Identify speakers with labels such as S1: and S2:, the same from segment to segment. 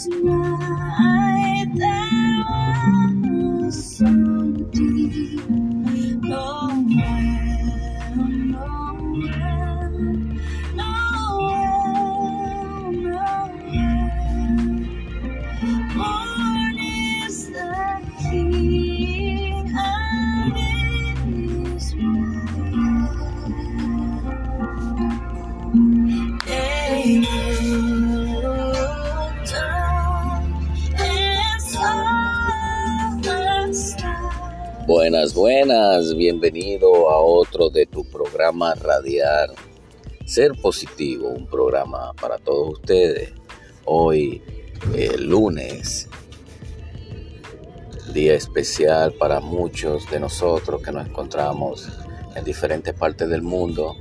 S1: night that was so deep. Nowhere, nowhere, born is the King and in His world. They looked up and saw the star.
S2: Buenas, bienvenido a otro de tu programa radial Ser Positivo, un programa para todos ustedes. Hoy, lunes, día especial para muchos de nosotros que nos encontramos en diferentes partes del mundo,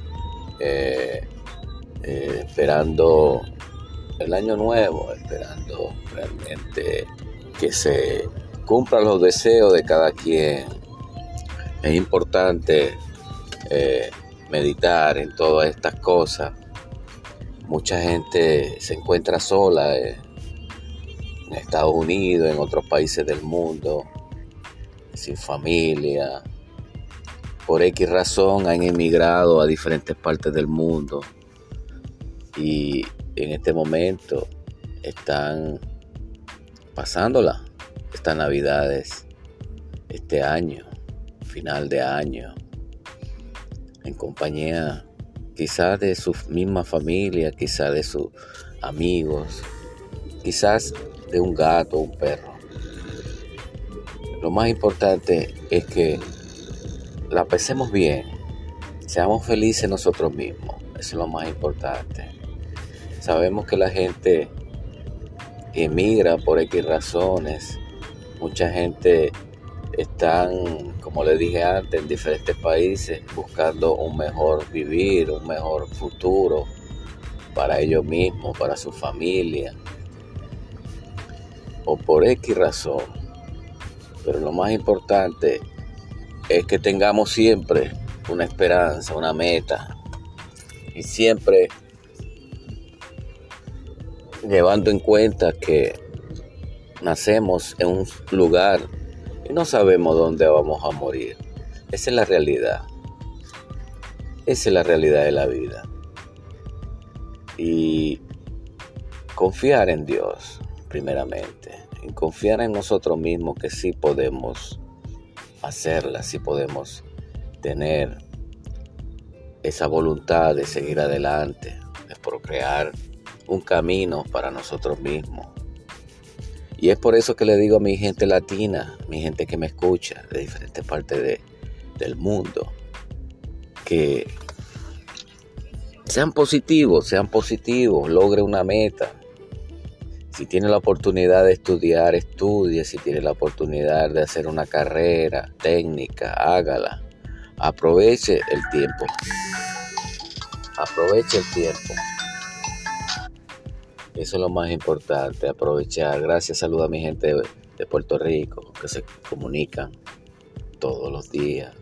S2: esperando el año nuevo, esperando realmente que se cumplan los deseos de cada quien. Es importante meditar en todas estas cosas. Mucha gente se encuentra sola en Estados Unidos, en otros países del mundo, sin familia. Por X razón han emigrado a diferentes partes del mundo y en este momento están pasándola estas navidades, este año, final de año, en compañía quizás de su misma familia, quizás de sus amigos, quizás de un gato o un perro. Lo más importante es que la pasemos bien, seamos felices nosotros mismos. Eso es lo más importante. Sabemos que la gente emigra por X razones. Mucha gente están, como les dije antes, en diferentes países buscando un mejor vivir, un mejor futuro para ellos mismos, para su familia, o por X razón. Pero lo más importante es que tengamos siempre una esperanza, una meta, y siempre llevando en cuenta que nacemos en un lugar y no sabemos dónde vamos a morir. Esa es la realidad. Esa es la realidad de la vida. Y confiar en Dios, primeramente. Y confiar en nosotros mismos que sí podemos hacerla, sí podemos tener esa voluntad de seguir adelante, de procrear un camino para nosotros mismos. Y es por eso que le digo a mi gente latina, mi gente que me escucha de diferentes partes del mundo, que sean positivos, logre una meta. Si tiene la oportunidad de estudiar, estudie. Si tiene la oportunidad de hacer una carrera técnica, hágala. Aproveche el tiempo. Eso es lo más importante, aprovechar. Gracias, saludo a mi gente de Puerto Rico que se comunican todos los días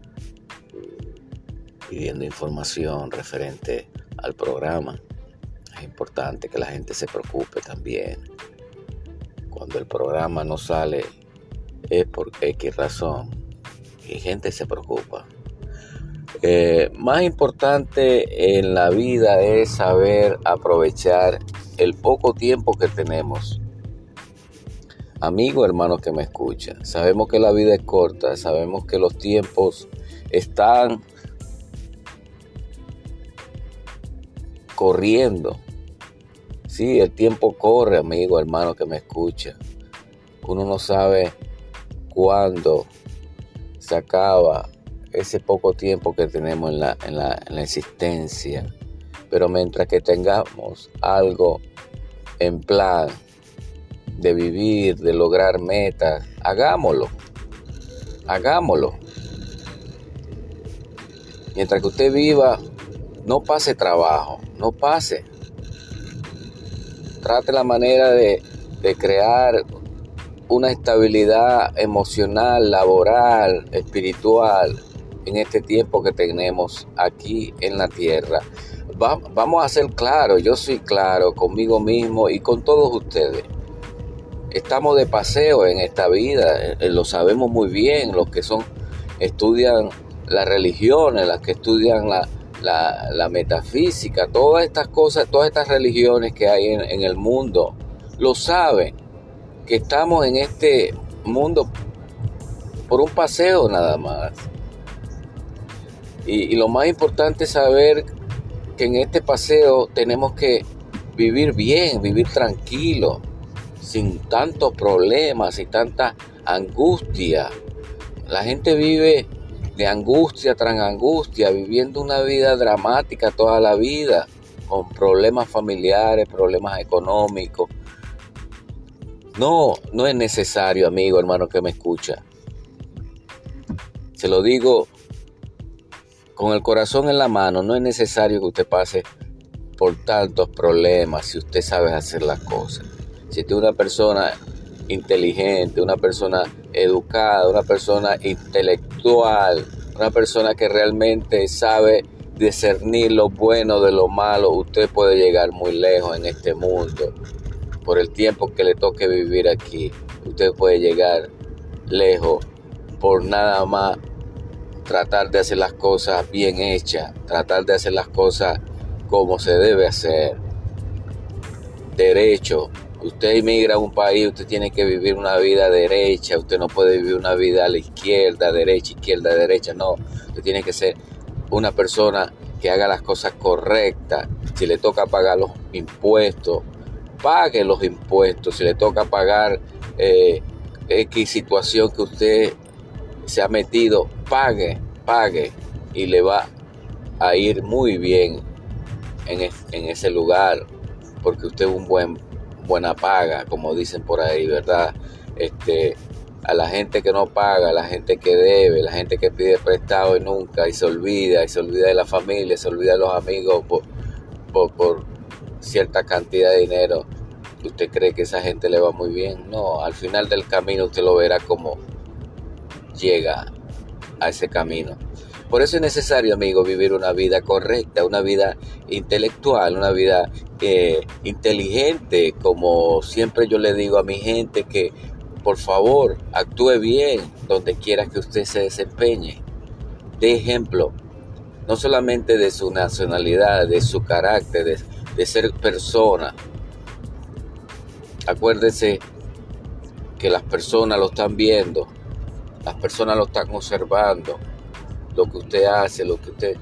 S2: pidiendo información referente al programa. Es importante que la gente se preocupe también. Cuando el programa no sale es por X razón y gente se preocupa. Más importante en la vida es saber aprovechar el poco tiempo que tenemos. Amigo, hermano que me escucha, sabemos que la vida es corta, sabemos que los tiempos están corriendo. Sí, el tiempo corre, amigo, hermano que me escucha. Uno no sabe cuándo se acaba ese poco tiempo que tenemos en la existencia. Pero mientras que tengamos algo en plan de vivir, de lograr metas, hagámoslo. Mientras que usted viva, no pase trabajo, no pase. Trate la manera de crear una estabilidad emocional, laboral, espiritual en este tiempo que tenemos aquí en la tierra. vamos a ser claros, yo soy claro conmigo mismo y con todos ustedes. Estamos de paseo en esta vida, lo sabemos muy bien, los que estudian las religiones, las que estudian la metafísica, todas estas cosas, todas estas religiones que hay en el mundo, lo saben, que estamos en este mundo por un paseo nada más. Y lo más importante es saber que en este paseo tenemos que vivir bien, vivir tranquilo, sin tantos problemas y tanta angustia. La gente vive de angustia tras angustia, viviendo una vida dramática toda la vida, con problemas familiares, problemas económicos. No es necesario, amigo, hermano que me escucha. Se lo digo con el corazón en la mano, no es necesario que usted pase por tantos problemas si usted sabe hacer las cosas. Si usted es una persona inteligente, una persona educada, una persona intelectual, una persona que realmente sabe discernir lo bueno de lo malo, usted puede llegar muy lejos en este mundo. Por el tiempo que le toque vivir aquí, usted puede llegar lejos por nada más tratar de hacer las cosas bien hechas, tratar de hacer las cosas como se debe hacer. Derecho. Usted emigra a un país, usted tiene que vivir una vida derecha, usted no puede vivir una vida a la izquierda, derecha, no. Usted tiene que ser una persona que haga las cosas correctas. Si le toca pagar los impuestos, pague los impuestos. Si le toca pagar X situación que usted se ha metido, pague y le va a ir muy bien en ese lugar, porque usted es buena paga, como dicen por ahí, ¿verdad? A la gente que no paga, a la gente que debe, la gente que pide prestado y se olvida de la familia, se olvida de los amigos por cierta cantidad de dinero. ¿Usted cree que esa gente le va muy bien? No, al final del camino usted lo verá como llega a ese camino. Por eso es necesario, amigo, vivir una vida correcta, una vida intelectual, una vida inteligente, como siempre yo le digo a mi gente, que por favor actúe bien donde quiera que usted se desempeñe. De ejemplo, no solamente de su nacionalidad, de su carácter, de ser persona. Acuérdese que las personas lo están viendo, las personas lo están observando, lo que usted hace, lo que usted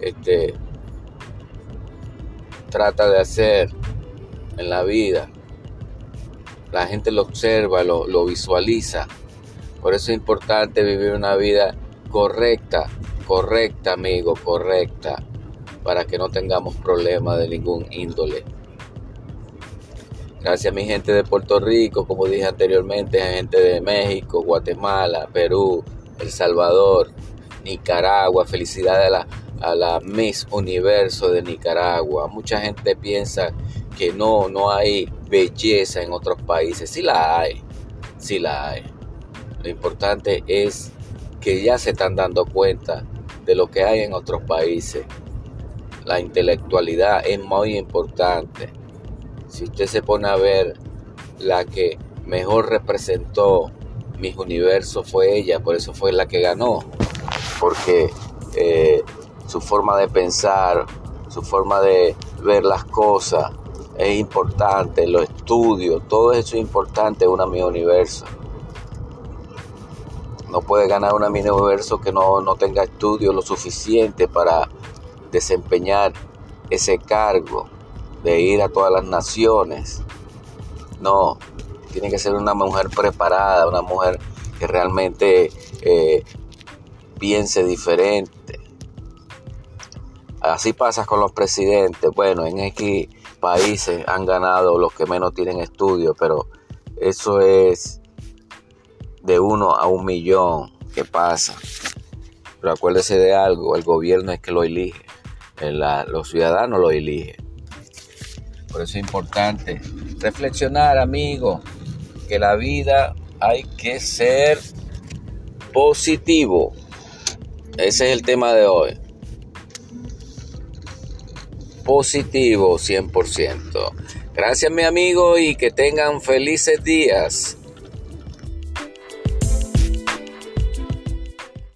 S2: trata de hacer en la vida. La gente lo observa, lo visualiza. Por eso es importante vivir una vida correcta, amigo, correcta, para que no tengamos problemas de ningún índole. Gracias a mi gente de Puerto Rico, como dije anteriormente, a gente de México, Guatemala, Perú, El Salvador, Nicaragua. Felicidades a la Miss Universo de Nicaragua. Mucha gente piensa que no hay belleza en otros países. Sí la hay. Lo importante es que ya se están dando cuenta de lo que hay en otros países. La intelectualidad es muy importante. Si usted se pone a ver, la que mejor representó Miss Universo fue ella, por eso fue la que ganó, porque su forma de pensar, su forma de ver las cosas es importante, los estudios, todo eso es importante en una Miss Universo. No puede ganar una Miss Universo que no tenga estudios lo suficiente para desempeñar ese cargo de ir a todas las naciones. No, tiene que ser una mujer preparada, una mujer que realmente piense diferente. Así pasa con los presidentes. Bueno, en X países han ganado los que menos tienen estudios, pero eso es de 1 a 1 millón que pasa. Pero acuérdese de algo, el gobierno es que lo elige, los ciudadanos lo eligen. Por eso es importante reflexionar, amigo, que la vida hay que ser positivo. Ese es el tema de hoy. positivo 100%. Gracias, mi amigo, y que tengan felices días.